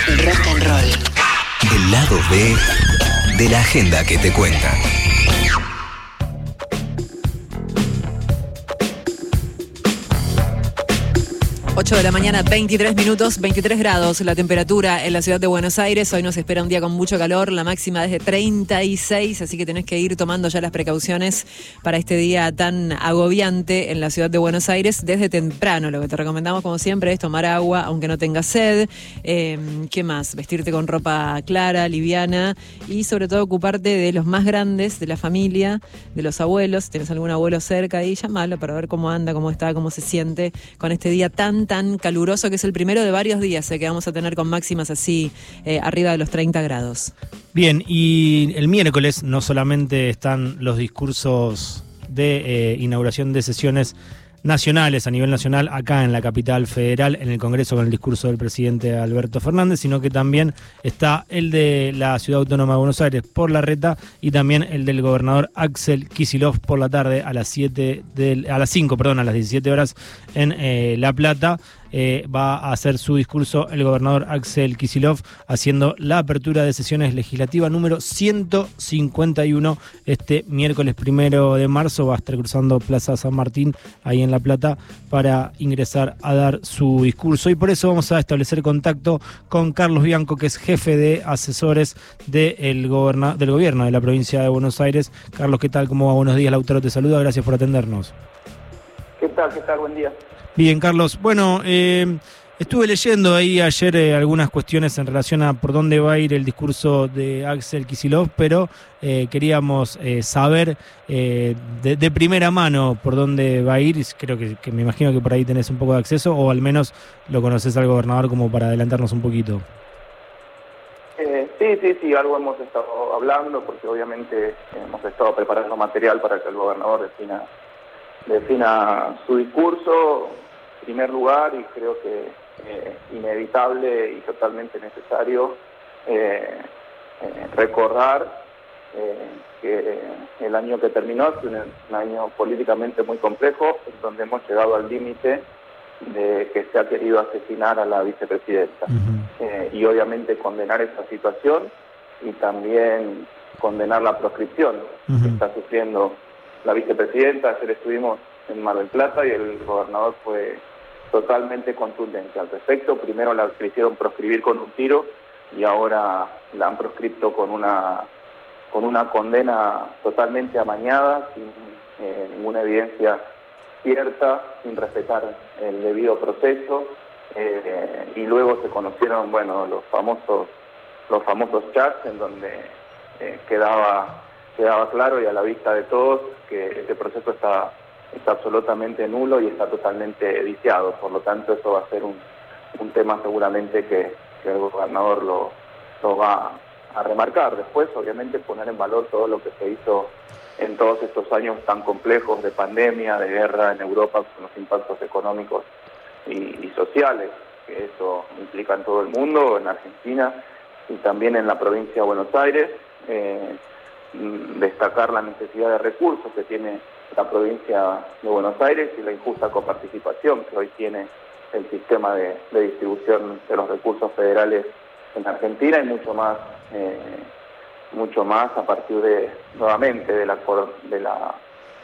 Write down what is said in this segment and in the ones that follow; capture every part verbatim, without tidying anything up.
Rock and roll. El lado B de la agenda que te cuenta. ocho de la mañana, veintitrés minutos, veintitrés grados la temperatura en la ciudad de Buenos Aires. Hoy nos espera un día con mucho calor, la máxima es de treinta y seis, así que tenés que ir tomando ya las precauciones para este día tan agobiante en la ciudad de Buenos Aires desde temprano. Lo que te recomendamos, como siempre, es tomar agua aunque no tengas sed. Eh, ¿Qué más? Vestirte con ropa clara, liviana y sobre todo ocuparte de los más grandes de la familia, de los abuelos. Si tienes algún abuelo cerca ahí, llamalo para ver cómo anda, cómo está, cómo se siente con este día tan tan caluroso, que es el primero de varios días eh, que vamos a tener con máximas así eh, arriba de los treinta grados. Bien, y el miércoles no solamente están los discursos de eh, inauguración de sesiones nacionales a nivel nacional acá en la capital federal, en el Congreso, con el discurso del presidente Alberto Fernández, sino que también está el de la Ciudad Autónoma de Buenos Aires por Larreta y también el del gobernador Axel Kicillof por la tarde a las siete de, a las cinco, perdón, a las diecisiete horas en eh, La Plata. Eh, va a hacer su discurso el gobernador Axel Kicillof haciendo la apertura de sesiones legislativas número ciento cincuenta y uno este miércoles primero de marzo. Va a estar cruzando Plaza San Martín ahí en La Plata para ingresar a dar su discurso, y por eso vamos a establecer contacto con Carlos Bianco, que es jefe de asesores de el goberna- del gobierno de la provincia de Buenos Aires. Carlos, ¿qué tal? ¿Cómo va? Buenos días, Lautaro te saluda, gracias por atendernos. ¿Qué tal? ¿Qué tal? Buen día. Bien, Carlos. Bueno, eh, estuve leyendo ahí ayer eh, algunas cuestiones en relación a por dónde va a ir el discurso de Axel Kicillof, pero eh, queríamos eh, saber eh, de, de primera mano por dónde va a ir. Creo que, que me imagino que por ahí tenés un poco de acceso, o al menos lo conoces al gobernador como para adelantarnos un poquito. Eh, sí, sí, sí, algo hemos estado hablando, porque obviamente hemos estado preparando material para que el gobernador defina, defina su discurso. En primer lugar, y creo que eh, inevitable y totalmente necesario eh, eh, recordar eh, que el año que terminó es un, un año políticamente muy complejo, en donde hemos llegado al límite de que se ha querido asesinar a la vicepresidenta. Uh-huh. eh, y obviamente condenar esa situación y también condenar la proscripción uh-huh. que está sufriendo la vicepresidenta. Ayer estuvimos en Mar del Plata y el gobernador fue totalmente contundente al respecto. Primero la quisieron proscribir con un tiro y ahora la han proscripto con una con una condena totalmente amañada, sin eh, ninguna evidencia cierta, sin respetar el debido proceso. Eh, y luego se conocieron, bueno, los famosos los famosos chats en donde eh, quedaba quedaba claro y a la vista de todos que este proceso está está absolutamente nulo y está totalmente viciado. Por lo tanto, eso va a ser un, un tema seguramente que, que el gobernador lo, lo va a remarcar. Después, obviamente, poner en valor todo lo que se hizo en todos estos años tan complejos de pandemia, de guerra en Europa, con los impactos económicos y, y sociales que eso implica en todo el mundo, en Argentina y también en la provincia de Buenos Aires. Eh, destacar la necesidad de recursos que tiene la provincia de Buenos Aires y la injusta coparticipación que hoy tiene el sistema de, de distribución de los recursos federales en Argentina, y mucho más eh, mucho más a partir de nuevamente de la, de la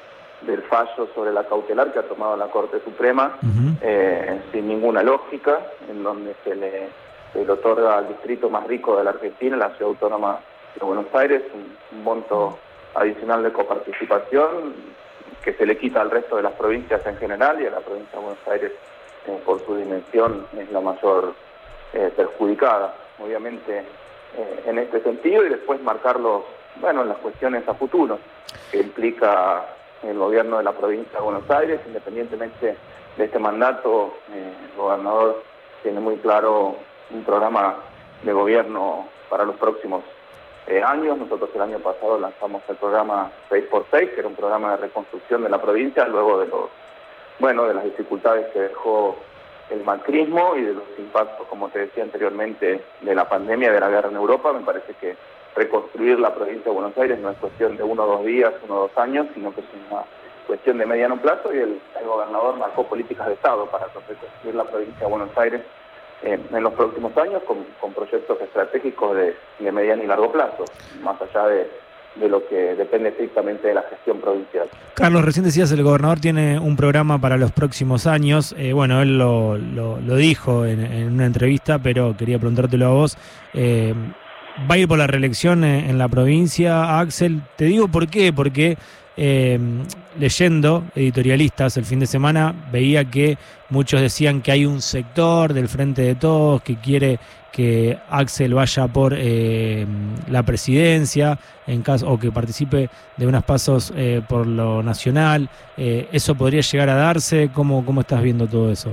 del fallo sobre la cautelar que ha tomado la Corte Suprema, uh-huh. eh, sin ninguna lógica, en donde se le, se le otorga al distrito más rico de la Argentina, la Ciudad Autónoma de Buenos Aires, un, un monto adicional de coparticipación que se le quita al resto de las provincias en general, y a la provincia de Buenos Aires eh, por su dimensión es la mayor eh, perjudicada, obviamente eh, en este sentido. Y después marcar los, bueno, las cuestiones a futuro que implica el gobierno de la provincia de Buenos Aires. Independientemente de este mandato, eh, el gobernador tiene muy claro un programa de gobierno para los próximos Eh, años. Nosotros el año pasado lanzamos el programa seis por seis, que era un programa de reconstrucción de la provincia luego de los, bueno, de las dificultades que dejó el macrismo y de los impactos, como te decía anteriormente, de la pandemia, de la guerra en Europa. Me parece que reconstruir la provincia de Buenos Aires no es cuestión de uno o dos días, uno o dos años, sino que es una cuestión de mediano plazo, y el, el gobernador marcó políticas de Estado para reconstruir la provincia de Buenos Aires eh, en los próximos años con, con proyectos estratégicos de, de mediano y largo plazo, más allá de, de lo que depende estrictamente de la gestión provincial. Carlos, recién decías, el gobernador tiene un programa para los próximos años. Eh, bueno, él lo, lo, lo dijo en, en una entrevista, pero quería preguntártelo a vos. Eh, ¿Va a ir por la reelección en, en la provincia, Axel? Te digo por qué, porque eh, leyendo editorialistas el fin de semana veía que muchos decían que hay un sector del Frente de Todos que quiere que Axel vaya por eh, la presidencia en caso o que participe de unos pasos eh, por lo nacional. Eh, ¿Eso podría llegar a darse? ¿Cómo, cómo estás viendo todo eso?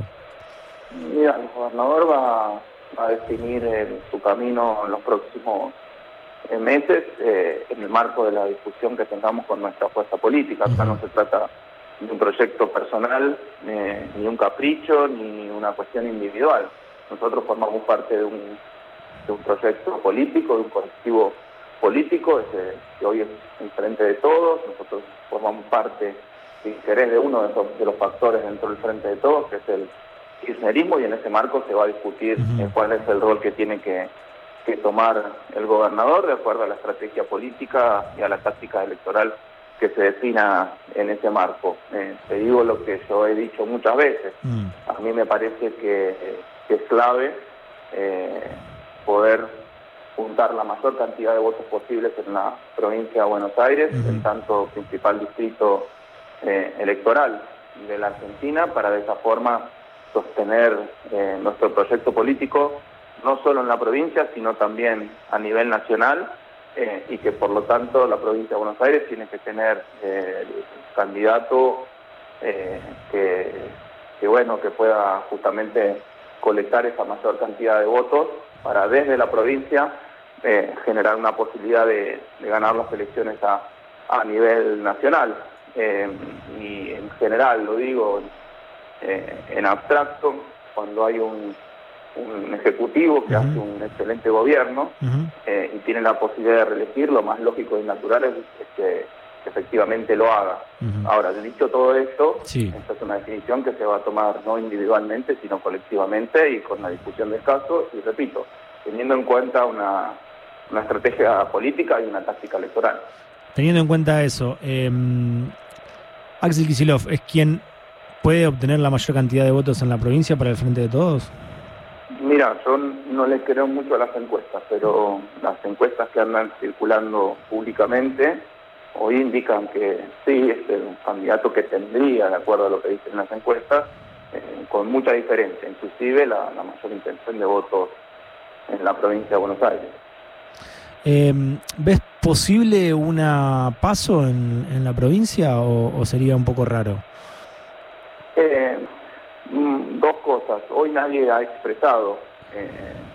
Mira, el gobernador va a definir eh, su camino en los próximos eh, meses eh, en el marco de la discusión que tengamos con nuestra fuerza política. Acá no se trata de un proyecto personal, eh, ni un capricho, ni una cuestión individual. Nosotros formamos parte de un, de un proyecto político, de un colectivo político, ese, que hoy es el Frente de Todos. Nosotros formamos parte de interés de uno de, esos, de los factores dentro del Frente de Todos, que es el kirchnerismo, y en ese marco se va a discutir uh-huh. eh, cuál es el rol que tiene que, que tomar el gobernador de acuerdo a la estrategia política y a la táctica electoral que se defina en ese marco. Eh, te digo lo que yo he dicho muchas veces. Uh-huh. A mí me parece que, eh, que es clave eh, poder juntar la mayor cantidad de votos posibles en la provincia de Buenos Aires, uh-huh. el tanto principal distrito eh, electoral de la Argentina, para de esa forma sostener eh, nuestro proyecto político, no solo en la provincia, sino también a nivel nacional, eh, y que por lo tanto la provincia de Buenos Aires tiene que tener eh, el candidato eh, que, que, bueno, que pueda justamente colectar esa mayor cantidad de votos para desde la provincia eh, generar una posibilidad de, de ganar las elecciones a, a nivel nacional. Eh, y en general, lo digo, Eh, en abstracto, cuando hay un, un ejecutivo que uh-huh. hace un excelente gobierno uh-huh. eh, y tiene la posibilidad de reelegir, lo más lógico y natural es, es que, que efectivamente lo haga. Uh-huh. Ahora, dicho todo esto, sí. esta es una definición que se va a tomar no individualmente, sino colectivamente y con la discusión del caso, y repito, teniendo en cuenta una, una estrategia política y una táctica electoral. Teniendo en cuenta eso, eh, Axel Kicillof es quien ¿puede obtener la mayor cantidad de votos en la provincia para el Frente de Todos? Mira, yo no le creo mucho a las encuestas, pero las encuestas que andan circulando públicamente hoy indican que sí, es el candidato que tendría, de acuerdo a lo que dicen las encuestas, eh, con mucha diferencia, inclusive la, la mayor intención de votos en la provincia de Buenos Aires. Eh, ¿Ves posible una paso en, en la provincia o, o sería un poco raro? Eh, dos cosas. Hoy nadie ha expresado eh,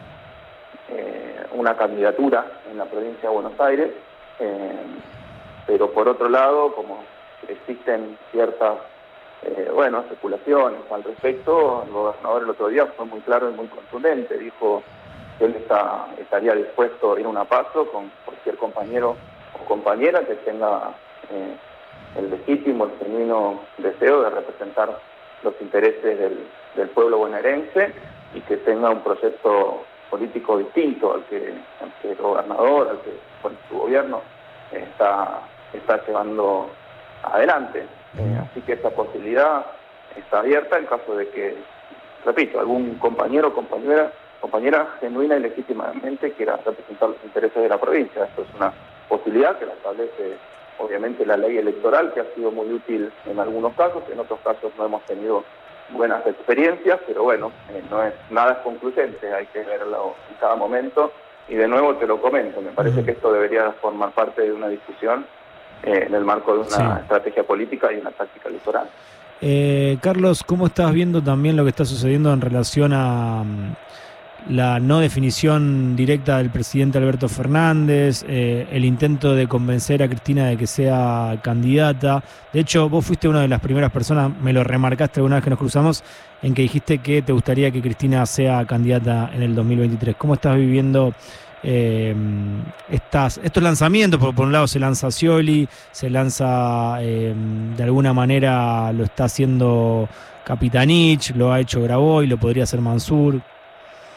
eh, una candidatura en la provincia de Buenos Aires, eh, pero por otro lado, como existen ciertas eh, bueno, especulaciones al respecto, el gobernador el otro día fue muy claro y muy contundente, dijo que él está, estaría dispuesto a ir a una paso con cualquier compañero o compañera que tenga eh, el legítimo, el genuino deseo de representar los intereses del, del pueblo bonaerense y que tenga un proyecto político distinto al que, al que el gobernador, al que bueno, su gobierno eh, está, está llevando adelante. Eh, así que esta posibilidad está abierta en caso de que, repito, algún compañero o compañera, compañera genuina y legítimamente quiera representar los intereses de la provincia. Esto es una posibilidad que la establece obviamente la ley electoral, que ha sido muy útil en algunos casos, en otros casos no hemos tenido buenas experiencias, pero bueno, eh, no es nada es concluyente, hay que verlo en cada momento, y de nuevo te lo comento, me parece que esto debería formar parte de una discusión eh, en el marco de una sí. estrategia política y una táctica electoral. Eh, Carlos, ¿cómo estás viendo también lo que está sucediendo en relación a la no definición directa del presidente Alberto Fernández, eh, el intento de convencer a Cristina de que sea candidata? De hecho, vos fuiste una de las primeras personas, me lo remarcaste alguna vez que nos cruzamos, en que dijiste que te gustaría que Cristina sea candidata en el dos mil veintitrés. ¿Cómo estás viviendo eh, estas, estos lanzamientos? Por, por un lado se lanza Scioli, se lanza eh, de alguna manera, lo está haciendo Capitanich, lo ha hecho Graboy, lo podría hacer Mansur.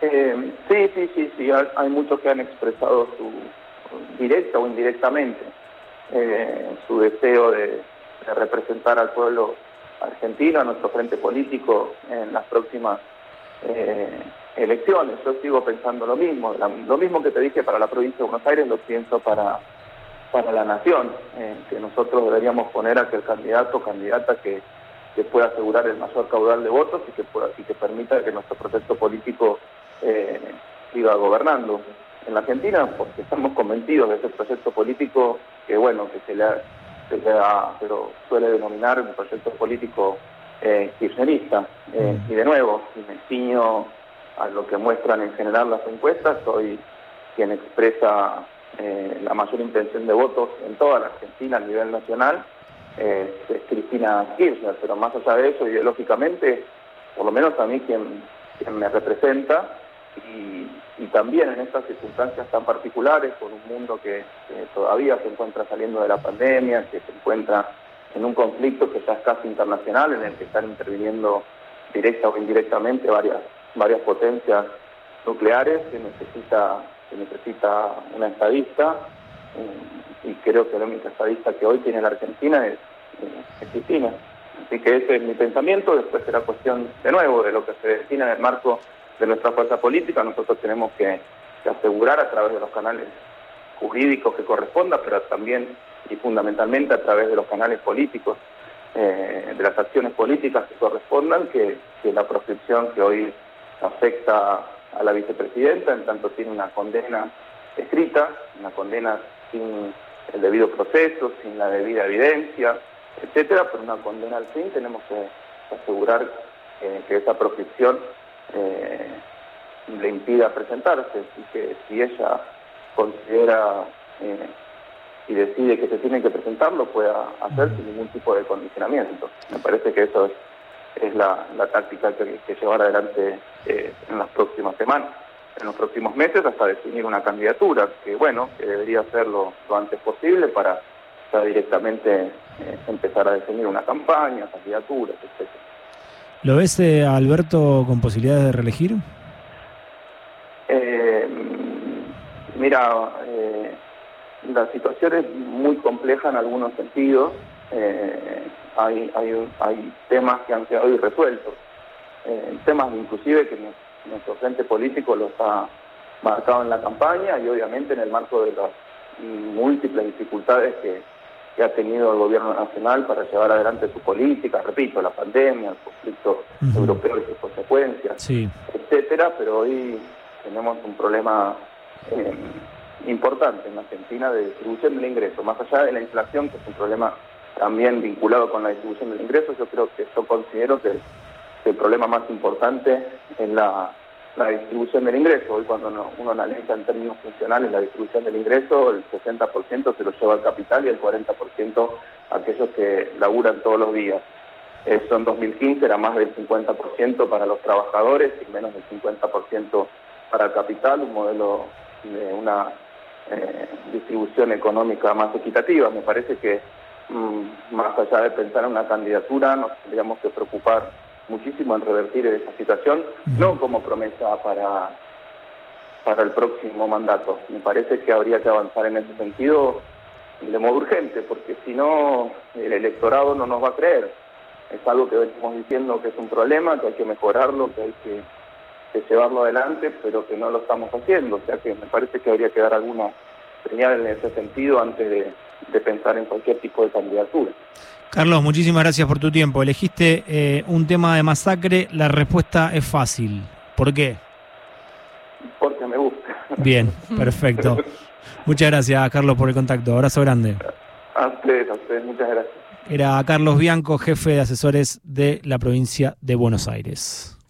Eh, sí, sí, sí, sí, hay, hay muchos que han expresado su, directa o indirectamente, eh, su deseo de, de representar al pueblo argentino, a nuestro frente político en las próximas eh, elecciones. Yo sigo pensando lo mismo, la, lo mismo que te dije para la provincia de Buenos Aires, lo pienso para, para la nación, eh, que nosotros deberíamos poner a aquel candidato o candidata que, que pueda asegurar el mayor caudal de votos y que, pueda, y que permita que nuestro proyecto político eh, siga gobernando en la Argentina, porque estamos convencidos de ese proyecto político que, bueno, que se le, ha, se le ha, pero suele denominar un proyecto político eh, kirchnerista. Eh, y de nuevo, si me ciño a lo que muestran en general las encuestas, soy quien expresa eh, la mayor intención de votos en toda la Argentina a nivel nacional, eh, es Cristina Kirchner, pero más allá de eso, ideológicamente, por lo menos a mí quien, quien me representa, y, y también en estas circunstancias tan particulares, con un mundo que, que todavía se encuentra saliendo de la pandemia, que se encuentra en un conflicto que ya es casi internacional, en el que están interviniendo directa o indirectamente varias varias potencias nucleares, que necesita que necesita una estadista, y creo que la única estadista que hoy tiene la Argentina es, es Cristina. Así que ese es mi pensamiento. Después será cuestión, de nuevo, de lo que se defina en el marco de nuestra fuerza política. Nosotros tenemos que, que asegurar a través de los canales jurídicos que corresponda, pero también y fundamentalmente a través de los canales políticos, eh, de las acciones políticas que correspondan, que, que la proscripción que hoy afecta a la vicepresidenta, en tanto tiene una condena escrita, una condena sin el debido proceso, sin la debida evidencia, etcétera, pero una condena al fin. Tenemos que asegurar eh, que esa proscripción eh, le impida presentarse, y que si ella considera eh, y decide que se tiene que presentar, lo pueda hacer sin ningún tipo de condicionamiento. Me parece que eso es es la, la táctica que, que llevar adelante eh, en las próximas semanas, en los próximos meses, hasta definir una candidatura, que bueno, que debería hacerlo lo antes posible para ya directamente eh, empezar a definir una campaña, candidaturas, etcétera. ¿Lo ves, eh, Alberto, con posibilidades de reelegir? Eh, mira, eh, la situación es muy compleja en algunos sentidos. Eh, hay, hay, hay temas que han quedado irresueltos, eh, temas inclusive que nuestro frente político los ha marcado en la campaña, y obviamente en el marco de las múltiples dificultades que, que ha tenido el gobierno nacional para llevar adelante su política, repito, la pandemia, el conflicto uh-huh. europeo y sus consecuencias, sí. etcétera, pero hoy tenemos un problema eh, importante en la Argentina de distribución del ingreso, más allá de la inflación, que es un problema también vinculado con la distribución del ingreso. Yo creo que yo considero que el problema más importante es la, la distribución del ingreso. Hoy cuando uno, uno analiza en términos funcionales la distribución del ingreso, el sesenta por ciento se lo lleva al capital y el cuarenta por ciento a aquellos que laburan todos los días. Eso en dos mil quince era más del cincuenta por ciento para los trabajadores y menos del cincuenta por ciento para el capital, un modelo de una eh, distribución económica más equitativa. Me parece que más allá de pensar en una candidatura, nos tendríamos que preocupar muchísimo en revertir esa situación, no como promesa para, para el próximo mandato. Me parece que habría que avanzar en ese sentido de modo urgente, porque si no, el electorado no nos va a creer. Es algo que venimos diciendo que es un problema, que hay que mejorarlo, que hay que, que llevarlo adelante, pero que no lo estamos haciendo. O sea que me parece que habría que dar alguna señal en ese sentido antes de de pensar en cualquier tipo de candidatura. Carlos, muchísimas gracias por tu tiempo. Elegiste eh, un tema de masacre, la respuesta es fácil. ¿Por qué? Porque me gusta. Bien, perfecto. Muchas gracias, Carlos, por el contacto. Abrazo grande. A ustedes, a ustedes, muchas gracias. Era Carlos Bianco, jefe de asesores de la provincia de Buenos Aires.